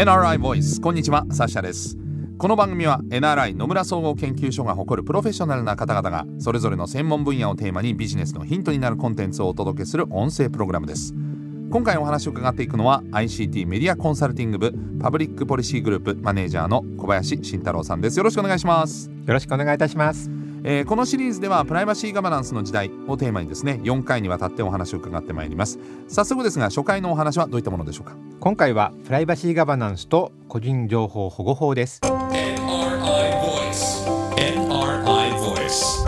NRI ボイス、こんにちは、サッシャです。この番組は NRI 野村総合研究所が誇るプロフェッショナルな方々がそれぞれの専門分野をテーマにビジネスのヒントになるコンテンツをお届けする音声プログラムです。今回お話を伺っていくのは ICT メディアコンサルティング部パブリックポリシーグループマネージャーの小林慎太郎さんです。よろしくお願いします。 よろしくお願いいたします。 このシリーズではプライバシーガバナンスの時代をテーマにですね、4回にわたってお話を伺ってまいります。早速ですが、初回のお話はどういったものでしょうか。 今回はプライバシーガバナンスと個人情報保護法です。 NRI Voice NRI Voice。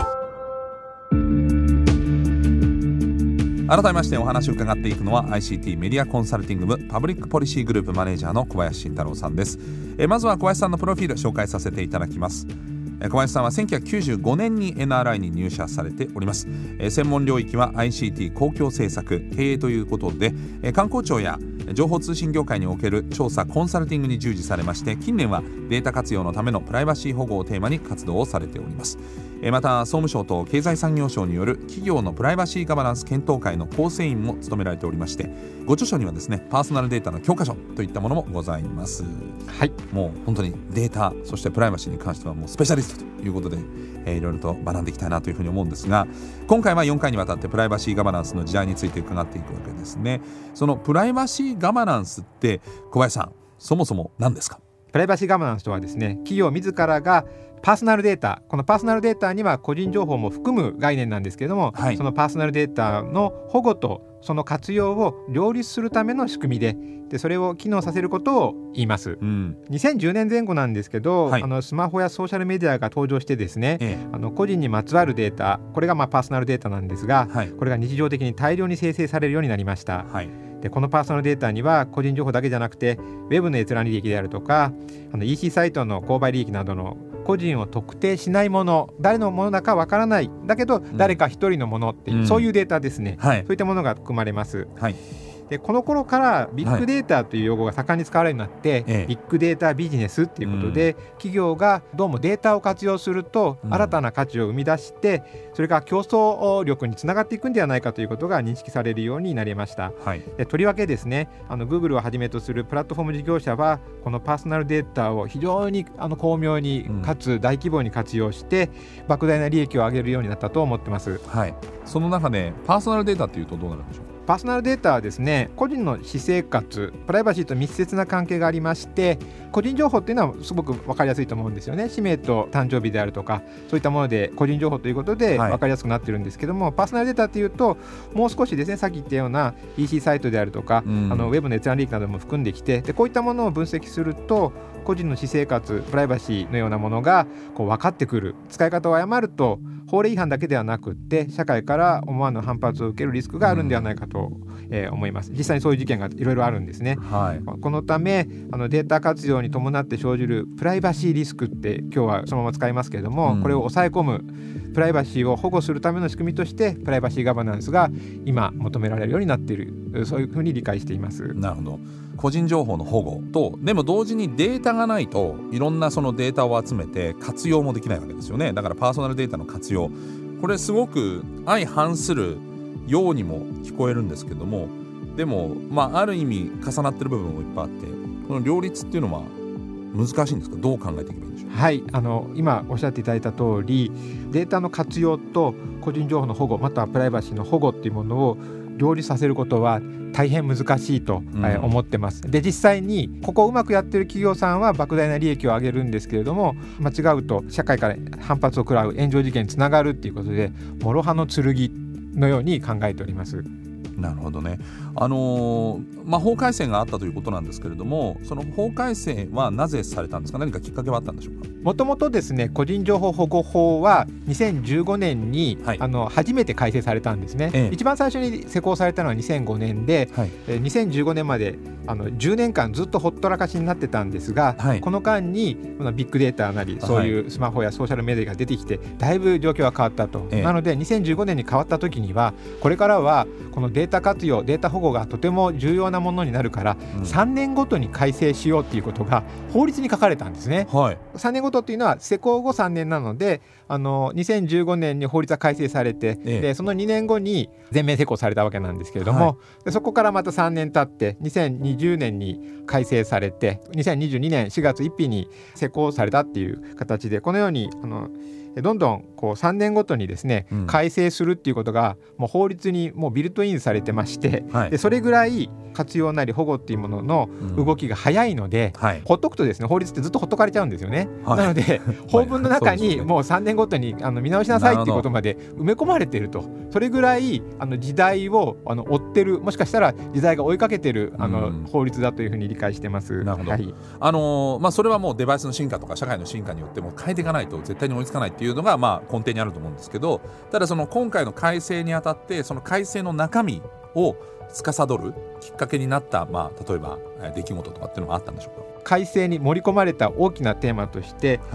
改めましてお話を伺っていくのは ICT メディアコンサルティング部パブリックポリシーグループマネージャーの小林慎太郎さんです。まずは小林さんのプロフィール紹介させていただきます。小林さんは1995年に NRI に入社されております。専門領域は ICT 公共政策経営ということで、観光庁や情報通信業界における調査コンサルティングに従事されまして、近年はデータ活用のためのプライバシー保護をテーマに活動をされております。また総務省と経済産業省による企業のプライバシーガバナンス検討会の構成員も務められておりまして、ご著書にはですね、パーソナルデータの教科書といったものもございます。 はい、 もう本当にデータ、そしてプライバシーに関してはもうスペシャリストということで、いろいろと学んでいきたいなというふうに思うんですが、今回は4回にわたってプライバシーガバナンスの時代について伺っていくわけですね。そのプライバシーガバナンスって小林さん、そもそも何ですか。 プライバシーガバナンスとはですね、企業自らがパーソナルデータ、このパーソナルデータには個人情報も含む概念なんですけれども、 はい、 そのパーソナルデータの保護とその活用を両立するための仕組みで、それを機能させることを言います。2010年前後なんですけど、はい、スマホやソーシャルメディアが登場してですね、個人にまつわるデータ、これがパーソナルデータなんですが、はい、これが日常的に大量に生成されるようになりました。はい、でこのパーソナルデータには個人情報だけじゃなくて、ウェブの閲覧履歴であるとか、EC サイトの購買履歴などの個人を特定しないもの、誰のものだかわからない、だけど誰か一人のものっていう、そういうデータですね、はい、そういったものが含まれます。はい、でこの頃からビッグデータという用語が盛んに使われるようになって、ビッグデータビジネスということで、企業がどうもデータを活用すると新たな価値を生み出して、それが競争力につながっていくんではないかということが認識されるようになりました。はい、でとりわけですね、Google をはじめとするプラットフォーム事業者はこのパーソナルデータを非常に巧妙にかつ大規模に活用して、莫大な利益を上げるようになったと思ってます。 はい、その中でパーソナルデータというとどうなるんでしょうか。 パーソナルデータはですね、個人の私生活、プライバシーと密接な関係がありまして、個人情報っていうのはすごく分かりやすいと思うんですよね。氏名と誕生日であるとか、そういったもので個人情報ということで分かりやすくなってるんですけども、はい、パーソナルデータっていうともう少しですね、さっき言ったような EC サイトであるとか、ウェブの閲覧履歴なども含んできて、でこういったものを分析すると個人の私生活、プライバシーのようなものが分かってくる。使い方を誤ると法令違反だけではなくって、社会から思わぬ反発を受けるリスクがあるんではないかと思います。実際にそういう事件がいろいろあるんですね。はい、このためデータ活用に伴って生じるプライバシーリスクって今日はそのまま使いますけれども、これを抑え込む、プライバシーを保護するための仕組みとしてプライバシーガバナンスが今求められるようになっている、そういうふうに理解しています。 なるほど。個人情報の保護と、でも同時にデータがないといろんなそのデータを集めて活用もできないわけですよね。だからパーソナルデータの活用、これすごく相反するようにも聞こえるんですけども、でもある意味重なってる部分もいっぱいあって、この両立っていうのは難しいんですか。どう考えていけばいいんでしょう。 はい、今おっしゃっていただいた通り、データの活用と個人情報の保護、またはプライバシーの保護っていうものを両立させることは大変難しいと思ってます。で実際にここをうまくやっている企業さんは莫大な利益を上げるんですけれども、間違うと社会から反発を食らう炎上事件につながるっていうことで、諸刃の剣のように考えております。 なるほどね。法改正があったということなんですけれども、その法改正はなぜされたんですか。何かきっかけはあったんでしょうか。 もともとですね、個人情報保護法は2015年に、はい、初めて改正されたんですね。一番最初に施行されたのは2005年で、はい、2015年まで10年間ずっとほったらかしになってたんですが、はい、この間にビッグデータなりそういうスマホやソーシャルメディアが出てきて、だいぶ状況が変わったと。なので2015年に変わった時には、これからはこのデーータ活用データ保護がとても重要なものになるから、3年ごとに改正しようっていうことが法律に書かれたんですね、3年ごとっていうのは施行後3年なので2015年に法律が改正されて、でその2年後に全面施行されたわけなんですけれども、でそこからまた3年経って2020年に改正されて2022年4月1日に施行されたっていう形で、このようにどんどんこう3年ごとにですね、改正するっていうことがもう法律にもうビルトインされてまして、でそれぐらい活用なり保護っていうものの動きが早いので、ほっとくとですね法律ってずっとほっとかれちゃうんですよね、なので法文の中にもう3年ごとに見直しなさいっていうことまで埋め込まれていると、それぐらい時代を追ってる、もしかしたら時代が追いかけてる法律だというふうに理解してます。 なるほど、それはもうデバイスの進化とか社会の進化によっても変えていかないと絶対に追いつかないっていうのが根底にあると思うんですけど、ただその今回の改正にあたってその改正の中身を司るきっかけになった、例えば出来事とかっていうのがあったんでしょうか。 改正に盛り込まれた大きなテーマとして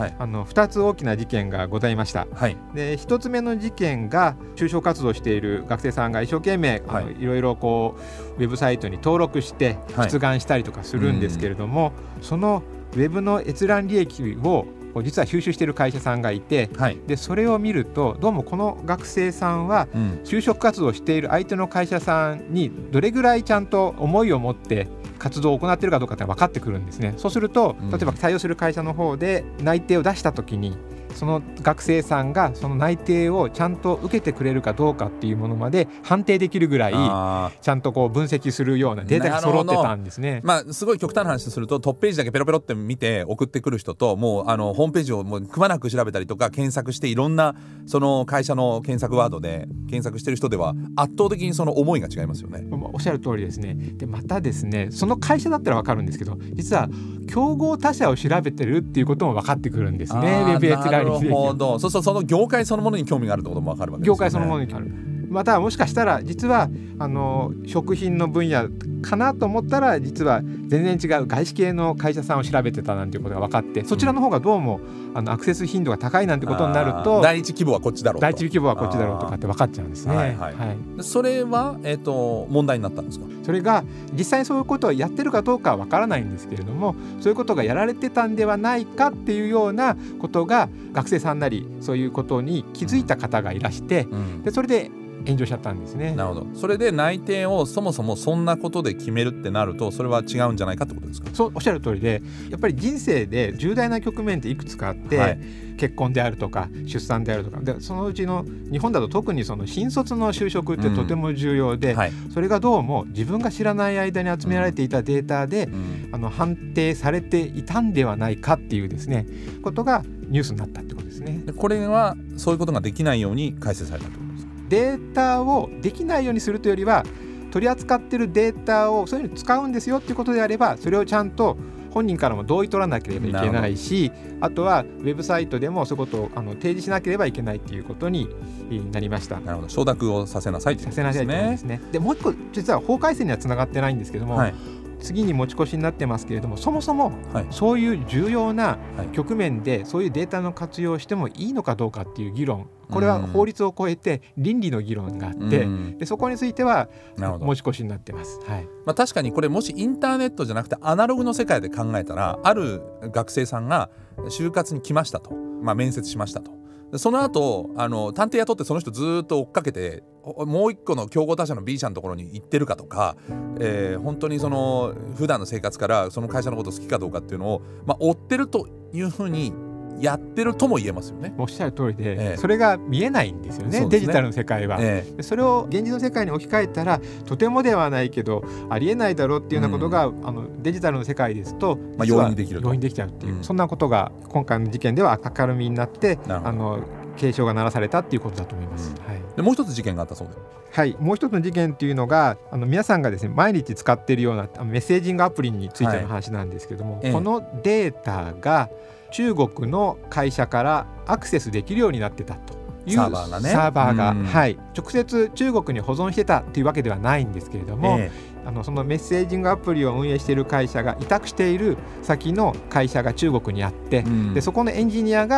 、2つ大きな事件がございました、で1つ目の事件が就職活動している学生さんが一生懸命、いろいろこうウェブサイトに登録して出願したりとかするんですけれども、そのウェブの閲覧履歴を実は収集している会社さんがいて、でそれを見るとどうもこの学生さんは就職活動をしている相手の会社さんにどれぐらいちゃんと思いを持って活動を行っているかどうかって分かってくるんですね。そうすると例えば採用する会社の方で内定を出したときにその学生さんがその内定をちゃんと受けてくれるかどうかっていうものまで判定できるぐらいちゃんとこう分析するようなデータが揃ってたんですね。 すごい極端な話するとトップページだけペロペロって見て送ってくる人と、もうホームページをもうくまなく調べたりとか検索していろんなその会社の検索ワードで検索してる人では圧倒的にその思いが違いますよね。 おっしゃる通りですね。でまたですね、その会社だったら分かるんですけど、実は競合他社を調べてるっていうことも分かってくるんですね。ウェブ閲覧履歴。 なるほど。そうするとその業界そのものに興味があるってことも分かるわけですよね。 業界そのものにある。またもしかしたら実は食品の分野かなと思ったら実は全然違う外資系の会社さんを調べてたなんていうことが分かって、そちらの方がどうもアクセス頻度が高いなんてことになると第一規模はこっちだろうと、 第一規模はこっちだろうとかって分かっちゃうんですね。 それは、問題になったんですか。 それが実際にそういうことをやってるかどうかは分からないんですけれども、そういうことがやられてたんではないかっていうようなことが学生さんなりそういうことに気づいた方がいらして、でそれで炎上しちゃったんですね。 なるほど。それで内定をそもそもそんなことで決めるってなるとそれは違うんじゃないかってことですか。 そうおっしゃる通りで、やっぱり人生で重大な局面っていくつかあって、結婚であるとか出産であるとかで、そのうちの日本だと特にその新卒の就職ってとても重要で、それがどうも自分が知らない間に集められていたデータで、判定されていたんではないかっていうですねことがニュースになったってことですね。 これはそういうことができないように改正されたってことですか。 データをできないようにするというよりは、取り扱っているデータをそういうのに使うんですよっていうことであれば、それをちゃんと本人からも同意取らなければいけないし、あとはウェブサイトでもそういうことを提示しなければいけないということになりました。 なるほど。承諾をさせなさいということですね。 させなさいということですね。でもう一個実は法改正にはつながってないんですけども、次に持ち越しになってますけれども、そもそもそういう重要な局面でそういうデータの活用をしてもいいのかどうかっていう議論、これは法律を超えて倫理の議論があって、でそこについては持ち越しになってます。 確かにこれもしインターネットじゃなくてアナログの世界で考えたら、ある学生さんが就活に来ましたと、面接しましたと、その後探偵雇ってその人ずっと追っかけてもう一個の競合他社の B 社のところに行ってるかとか、本当にその普段の生活からその会社のこと好きかどうかっていうのを、追ってるというふうにやってるとも言えますよね。 おっしゃる通りで、それが見えないんですよね、デジタルの世界は。それを現実の世界に置き換えたらとてもではないけどありえないだろうっていうようなことが、デジタルの世界ですと容易にできると、 容易にできちゃうっていう、そんなことが今回の事件では明るみになって警鐘が鳴らされたっていうことだと思います。 でもう一つ事件があったそうで、 もう一つの事件っていうのが皆さんがですね毎日使っているようなメッセージングアプリについての話なんですけども、このデータが中国の会社からアクセスできるようになってたというサーバーがね、 サーバーが、直接中国に保存してたっていうわけではないんですけれども、そのメッセージングアプリを運営している会社が委託している先の会社が中国にあって、でそこのエンジニアが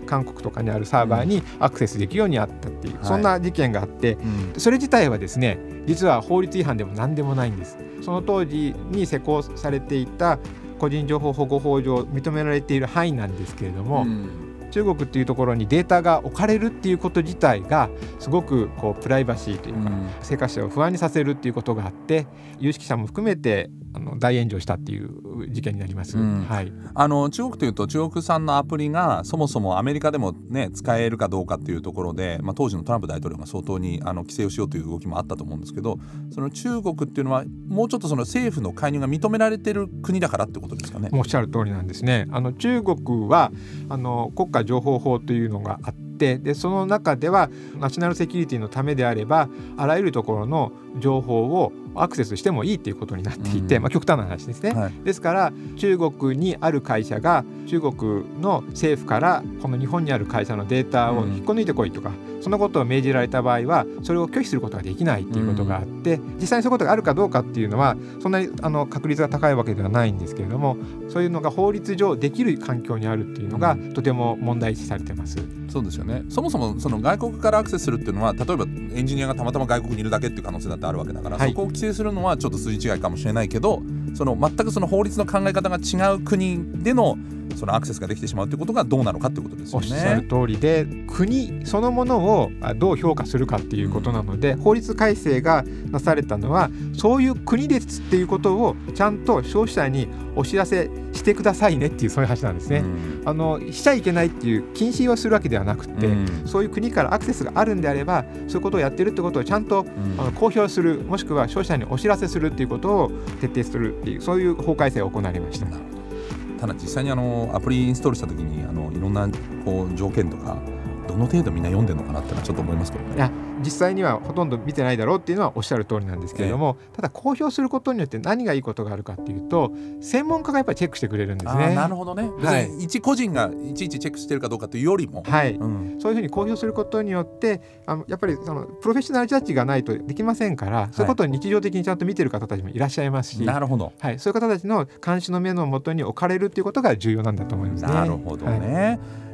韓国とかにあるサーバーにアクセスできるようになったっていう、そんな事件があって、それ自体はですね実は法律違反でも何でもないんです。その当時に施行されていた個人情報保護法上認められている範囲なんですけれども、中国っていうところにデータが置かれるっていうこと自体がすごくこうプライバシーというか、生活者を不安にさせるっていうことがあって、有識者も含めて大炎上したっていう事件になります。はい、 中国というと中国産のアプリがそもそもアメリカでも、ね、使えるかどうかっていうところで、当時のトランプ大統領が相当に規制をしようという動きもあったと思うんですけど、その中国っていうのはもうちょっとその政府の介入が認められている国だからってことですかね。 おっしゃる通りなんですね。中国は国家情報法というのがあって、でその中ではナショナルセキュリティのためであればあらゆるところの情報をアクセスしてもいいということになっていて、極端な話ですね。ですから中国にある会社が中国の政府からこの日本にある会社のデータを引っこ抜いてこいとか、そのことを命じられた場合はそれを拒否することができないということがあって、実際にそういうことがあるかどうかっていうのはそんなに確率が高いわけではないんですけれども、そういうのが法律上できる環境にあるっていうのがとても問題視されてます。 そうですよね。そもそもその外国からアクセスするっていうのは、例えばエンジニアがたまたま外国にいるだけっていう可能性だってあるわけだから、そこを規制するのはちょっと筋違いかもしれないけど、全くその法律の考え方が違う国でのそのアクセスができてしまうということがどうなのかということですよね。 おっしゃる通りで、国そのものをどう評価するかっていうことなので、法律改正がなされたのはそういう国ですっていうことをちゃんと消費者にお知らせしてくださいねっていう、そういう話なんですね。しちゃいけないっていう禁止をするわけではなくて、そういう国からアクセスがあるんであればそういうことをやってるってことをちゃんと公表する、もしくは消費者にお知らせするっていうことを徹底するっていう、そういう法改正が行われました。 ただ実際にアプリインストールした時にいろんな条件とかどの程度みんな読んでるのかなってのはちょっと思いますけどね。 いや実際にはほとんど見てないだろうっていうのはおっしゃる通りなんですけれども、ただ公表することによって何がいいことがあるかっていうと、専門家がやっぱりチェックしてくれるんですね。 なるほどね。別に一個人がいちいちチェックしてるかどうかというよりも、 そういうふうに公表することによってやっぱりそのプロフェッショナルジャッジがないとできませんから、そういうことを日常的にちゃんと見てる方たちもいらっしゃいますし、 なるほど、 そういう方たちの監視の目のもとに置かれるっていうことが重要なんだと思いますね。 なるほどね。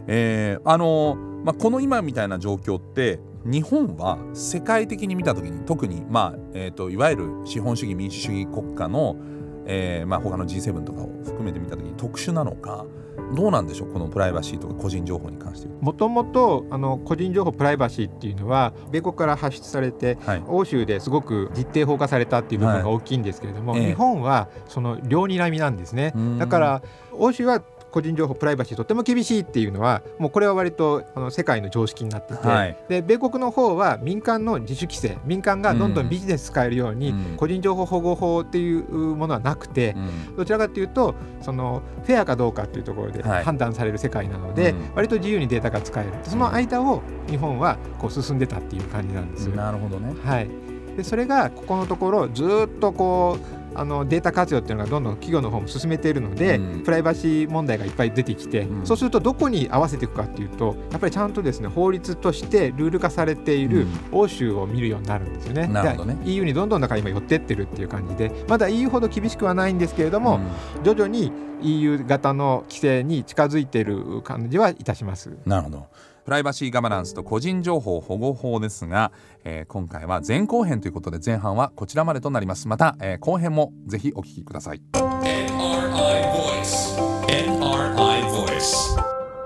この今みたいな状況って日本は世界的に見たときに特に、いわゆる資本主義民主主義国家の、他の G7 とかを含めて見たときに特殊なのかどうなんでしょう、このプライバシーとか個人情報に関して。 もともと個人情報プライバシーっていうのは米国から発出されて、欧州ですごく実定法化されたっていう部分が大きいんですけれども、日本はその両睨みなんですね。だから欧州は個人情報プライバシーとても厳しいっていうのはもうこれは割と世界の常識になっていて、で米国の方は民間の自主規制、民間がどんどんビジネス使えるように、個人情報保護法っていうものはなくて、どちらかというとそのフェアかどうかっていうところで判断される世界なので、割と自由にデータが使える、その間を日本はこう進んでたっていう感じなんです。 なるほどね。 でそれがここのところずっとデータ活用っていうのがどんどん企業の方も進めているので、プライバシー問題がいっぱい出てきて、そうするとどこに合わせていくかっていうと、やっぱりちゃんとですね法律としてルール化されている欧州を見るようになるんですよね。 なるほどね。 EU にどんどんだから今寄ってってるっていう感じで、まだ EU ほど厳しくはないんですけれども、徐々に EU 型の規制に近づいている感じはいたします。 なるほど。プライバシーガバナンスと個人情報保護法ですが、今回は前後編ということで前半はこちらまでとなります。また、後編もぜひお聞きください。 NRI Voice NRI Voice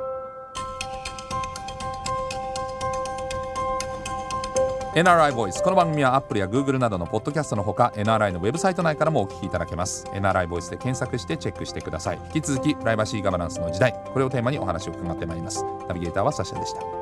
NRI Voice、 この番組は Apple や Google などのポッドキャストのほか NRI のウェブサイト内からもお聞きいただけます。 NRI Voice で検索してチェックしてください。引き続きプライバシーガバナンスの時代、これをテーマにお話を伺ってまいります。ナビゲーターはサシャでした。